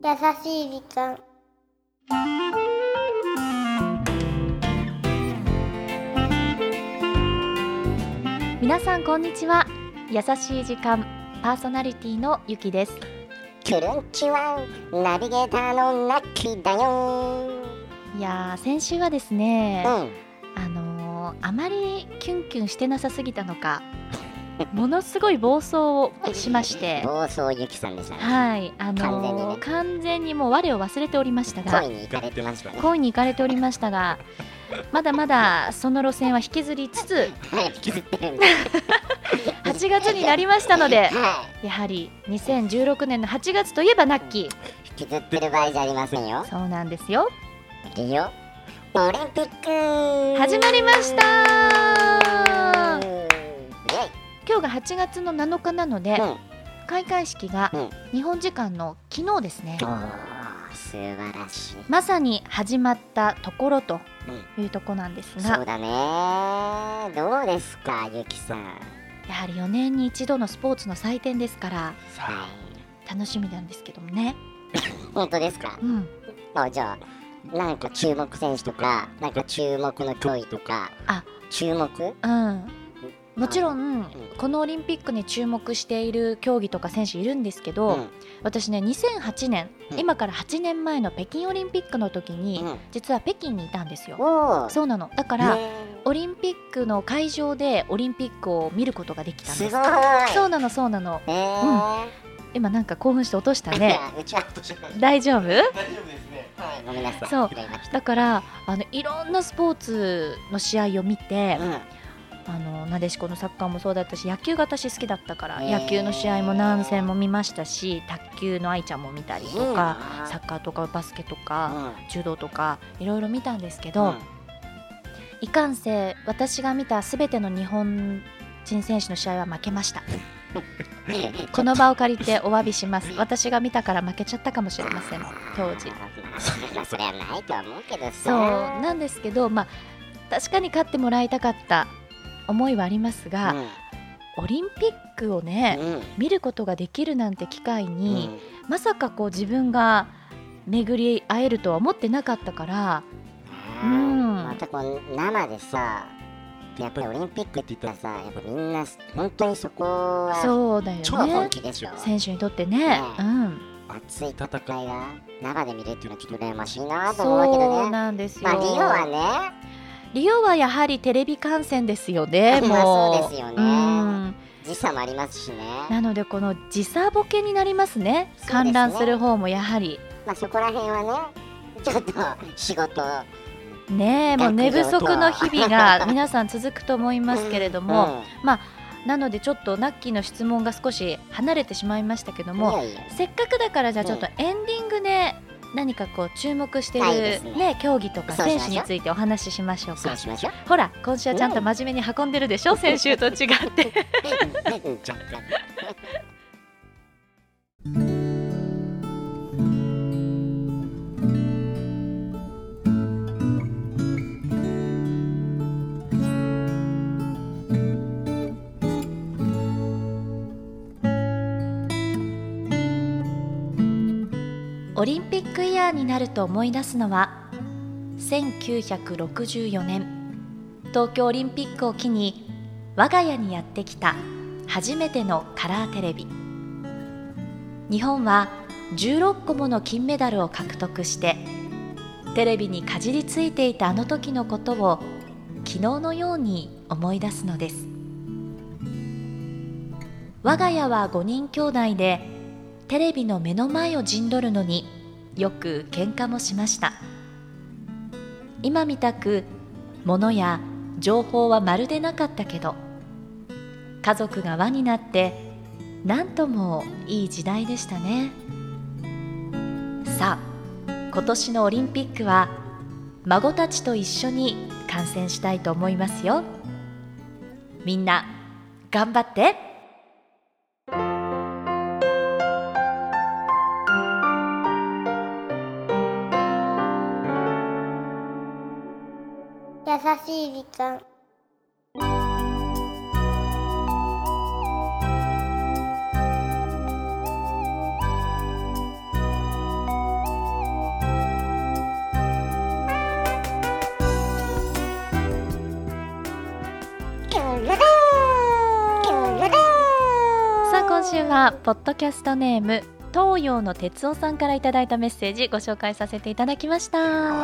優しい時間。 皆さんこんにちは。優しい時間パーソナリティのゆきです。 クルンチはナビゲーターのナッキーだよ。 いや先週はですね、あまりキュンキュンしてなさすぎたのかものすごい暴走をしまして暴走ゆきさんでしたね。 はい、 完全にねもう我を忘れておりましたが、 恋に行かれてましたね。 恋に行かれておりましたがまだまだその路線は引きずりつつはい、引きずってるんで 8月になりましたので、 はやはり2016年の8月といえばナッキー。 い、引きずってる場合じゃありませんよ。 そうなんですよ。 リオオリンピック始まりましたイエ今日が8月の7日なので、開会式が日本時間の昨日ですね、 イ、おー、素晴らしい。 まさに始まったところというところなんですが、 そうだね。どうですかゆきさん。 やはり4年に一度のスポーツの祭典ですからは楽しみなんですけどもね。 い、本当ですか。じゃあなんか注目選手とか、なんか注目の競技とか、注目もちろんこのオリンピックに注目している競技とか選手いるんですけど、私ね2008年、今から8年前の北京オリンピックの時に、実は北京にいたんですよ。そうなの。だからオリンピックの会場でオリンピックを見ることができたんです。 すごい。 そうなのそうなの。今なんか興奮して落としたね。 うちは落としました。 大丈夫？ 大丈夫ですね。はい、ごめんなさい。 そう拾いました。 だからいろんなスポーツの試合を見て、なでしこのサッカーもそうだったし、野球が私好きだったから、野球の試合も何戦も見ましたし、卓球の愛ちゃんも見たりとか、サッカーとかバスケとか、柔道とかいろいろ見たんですけど、いかんせ私が見たすべての日本人選手の試合は負けました。この場を借りてお詫びします。私が見たから負けちゃったかもしれません当時。 それはないとは思うけどさ。 そうなんですけど、確かに勝ってもらいたかった思いはありますが、オリンピックをね、見ることができるなんて機会に、まさかこう自分が巡り会えるとは思ってなかったから、 またこう生でさ、やっぱりオリンピックって言ったらさ、やっぱみんな本当にそこはそうだよね、 超本気でしょ。 選手にとってね。 熱い戦いが生で見れるっていうのはちょっと羨ましいなと思うけどね。 そうなんですよ。 リオはね、 リオはやはりテレビ観戦ですよね。 もうそうですよね。時差もありますしね。 なのでこの時差ボケになりますね。観覧する方もやはり。 そこら辺はね、ちょっと仕事ねえ、もう寝不足の日々が皆さん続くと思いますけれども、なのでちょっとナッキーの質問が少し離れてしまいましたけども、せっかくだからじゃあちょっとエンディングで何かこう注目している、競技とか選手についてお話ししましょうか。ほら今週はちゃんと真面目に運んでるでしょ、先週と違ってオリンピックイヤーになると思い出すのは1964年東京オリンピックを機に我が家にやってきた初めてのカラーテレビ。日本は16個もの金メダルを獲得してテレビにかじりついていたあの時のことを昨日のように思い出すのです。我が家は5人兄弟でテレビの目の前を陣取るのによく喧嘩もしました。今みたく物や情報はまるでなかったけど、家族が輪になって何ともいい時代でしたね。さあ今年のオリンピックは孫たちと一緒に観戦したいと思いますよ。みんな頑張って。 優しい時間。 週はポッドキャストネーム東洋の哲夫さんからいただいたメッセージご紹介させていただきました。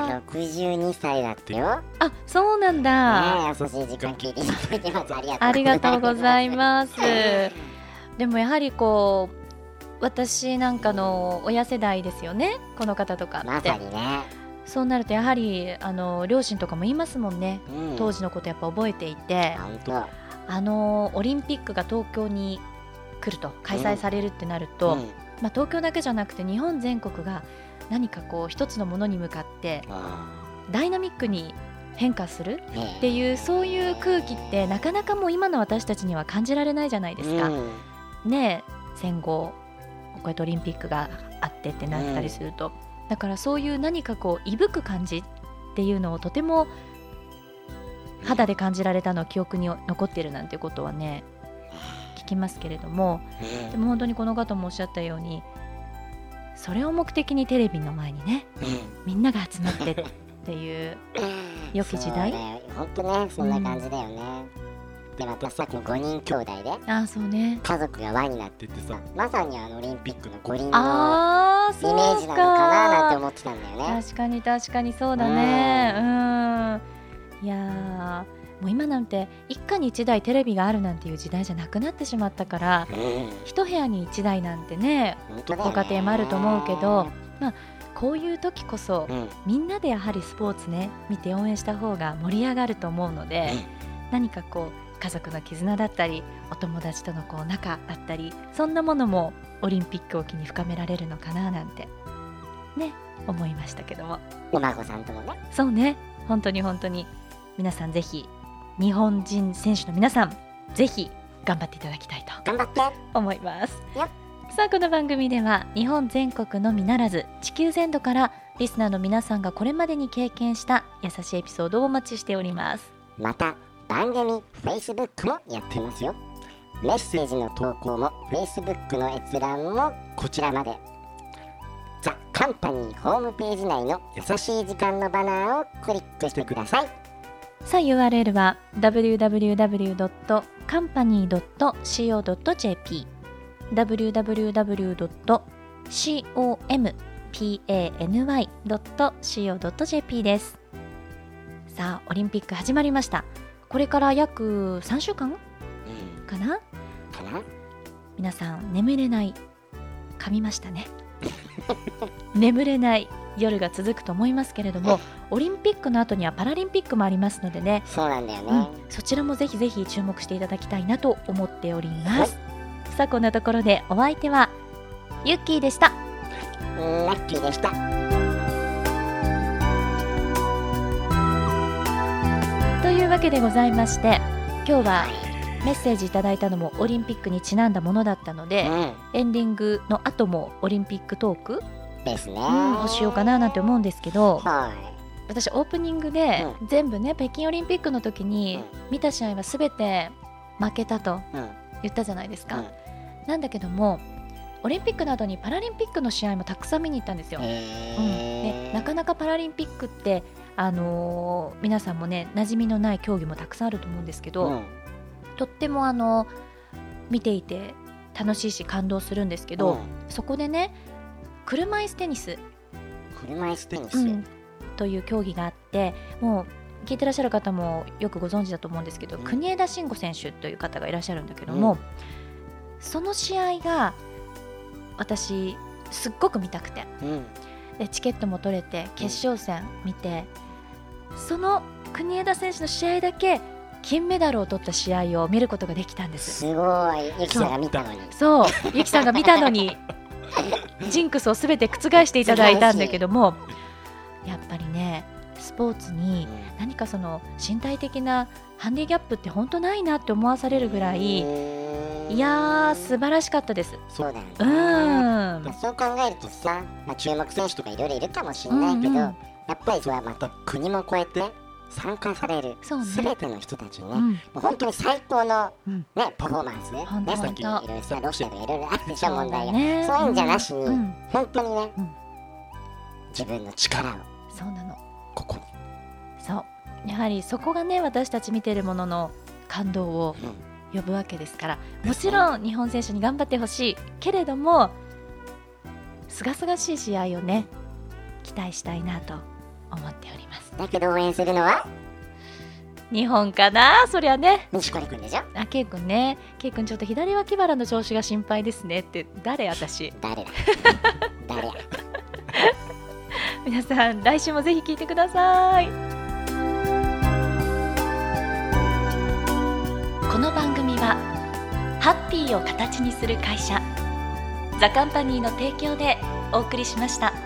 62歳だってよ。 あ、そうなんだ、 優しい時間聞いていただきます。 ありがとうございますでもやはりこう私なんかの親世代ですよね、この方とかって。 まさにね。 そうなるとやはり両親とかも言いますもんね、当時のことやっぱ覚えていて、オリンピックが東京に来ると開催されるってなると、東京だけじゃなくて日本全国が何かこう一つのものに向かってダイナミックに変化するっていう、そういう空気ってなかなかもう今の私たちには感じられないじゃないですか、ねえ、戦後こうやってオリンピックがあってってなったりすると、だからそういう何かこう息吹く感じっていうのをとても肌で感じられたのを記憶に残っているなんていうことはね聞きますけれども、でも本当にこの方もおっしゃったように、それを目的にテレビの前にね、みんなが集まってっていう良き時代。 本当ね、そんな感じだよね。で、またさっきの5人兄弟で、 そうね、 家族が輪になっててさ、まさにオリンピックの五輪のイメージなのかななんて思ってたんだよね。 確かに確かにそうだね。いやもう今なんて一家に一台テレビがあるなんていう時代じゃなくなってしまったから、一部屋に一台なんてね、ご家庭もあると思うけど、こういう時こそ、みんなでやはりスポーツね見て応援した方が盛り上がると思うので、何かこう家族の絆だったりお友達とのこう仲だったり、そんなものもオリンピックを機に深められるのかななんてね思いましたけども、 お孫さんともね。そうね、本当に本当に皆さんぜひ、日本人選手の皆さんぜひ頑張っていただきたいと思います。さあ、この番組では日本全国のみならず地球全土からリスナーの皆さんがこれまでに経験した優しいエピソードをお待ちしております。 また番組 Facebook もやってますよ。メッセージの投稿も Facebook の閲覧もこちらまで。ザ・カンパニーホームページ内の優しい時間のバナーをクリックしてください。 さあ URL は www.company.co.jp www.company.co.jp です。さあオリンピック始まりました。これから約3週間かな、皆さん眠れない噛みましたね眠れない夜が続くと思いますけれども、オリンピックの後にはパラリンピックもありますのでね。 そうなんだよね、 そちらもぜひぜひ注目していただきたいなと思っております。さあこんなところでお相手はユッキーでした。 ラッキーでした。 というわけでございまして、今日はメッセージいただいたのもオリンピックにちなんだものだったので、エンディングの後もオリンピックトークですね、 をしようかななんて思うんですけど、私オープニングで全部ね、北京オリンピックの時に見た試合は全て負けたと言ったじゃないですか、なんだけどもオリンピックなどにパラリンピックの試合もたくさん見に行ったんですよ、でなかなかパラリンピックって皆さんもね馴染みのない競技もたくさんあると思うんですけど、とっても見ていて楽しいし感動するんですけど、そこでね車椅子テニスという競技があって、もう聞いてらっしゃる方もよくご存知だと思うんですけど、国枝慎吾選手という方がいらっしゃるんだけども、その試合が私すっごく見たくて、でチケットも取れて決勝戦見て、その国枝選手の試合だけ金メダルを取った試合を見ることができたんです。 すごい、ゆきさんが見たのに。 そうゆきさんが見たのにジンクスをすべて覆していただいたんだけども、やっぱりねスポーツに何かその身体的なハンディギャップって本当ないなって思わされるぐらい、いやー素晴らしかったです。 そうだよね、そう考えるとさ、注目選手とかいろいろいるかもしれないけど、やっぱりそれはまた国も超えて参加されるすべての人たちにね、もう本当に最高の、パフォーマンスね、さっきいろいろさロシアとかいろいろあるでしょ、問題が、そういうんじゃなしに、本当にね、自分の力をそうなのここに、 そうやはりそこがね私たち見てるものの感動を呼ぶわけですから、もちろん日本選手に頑張ってほしいけれども、すがすがしい試合をね期待したいなと思っております。 だけど応援するのは日本かな、そりゃね。 錦織くんでしょ。 ケイ君ね、ケイ君ちょっと左脇腹の調子が心配ですねって。誰？私誰だ誰や皆さん来週もぜひ聞いてください。この番組はハッピーを形にする会社ザカンパニーの提供でお送りしました。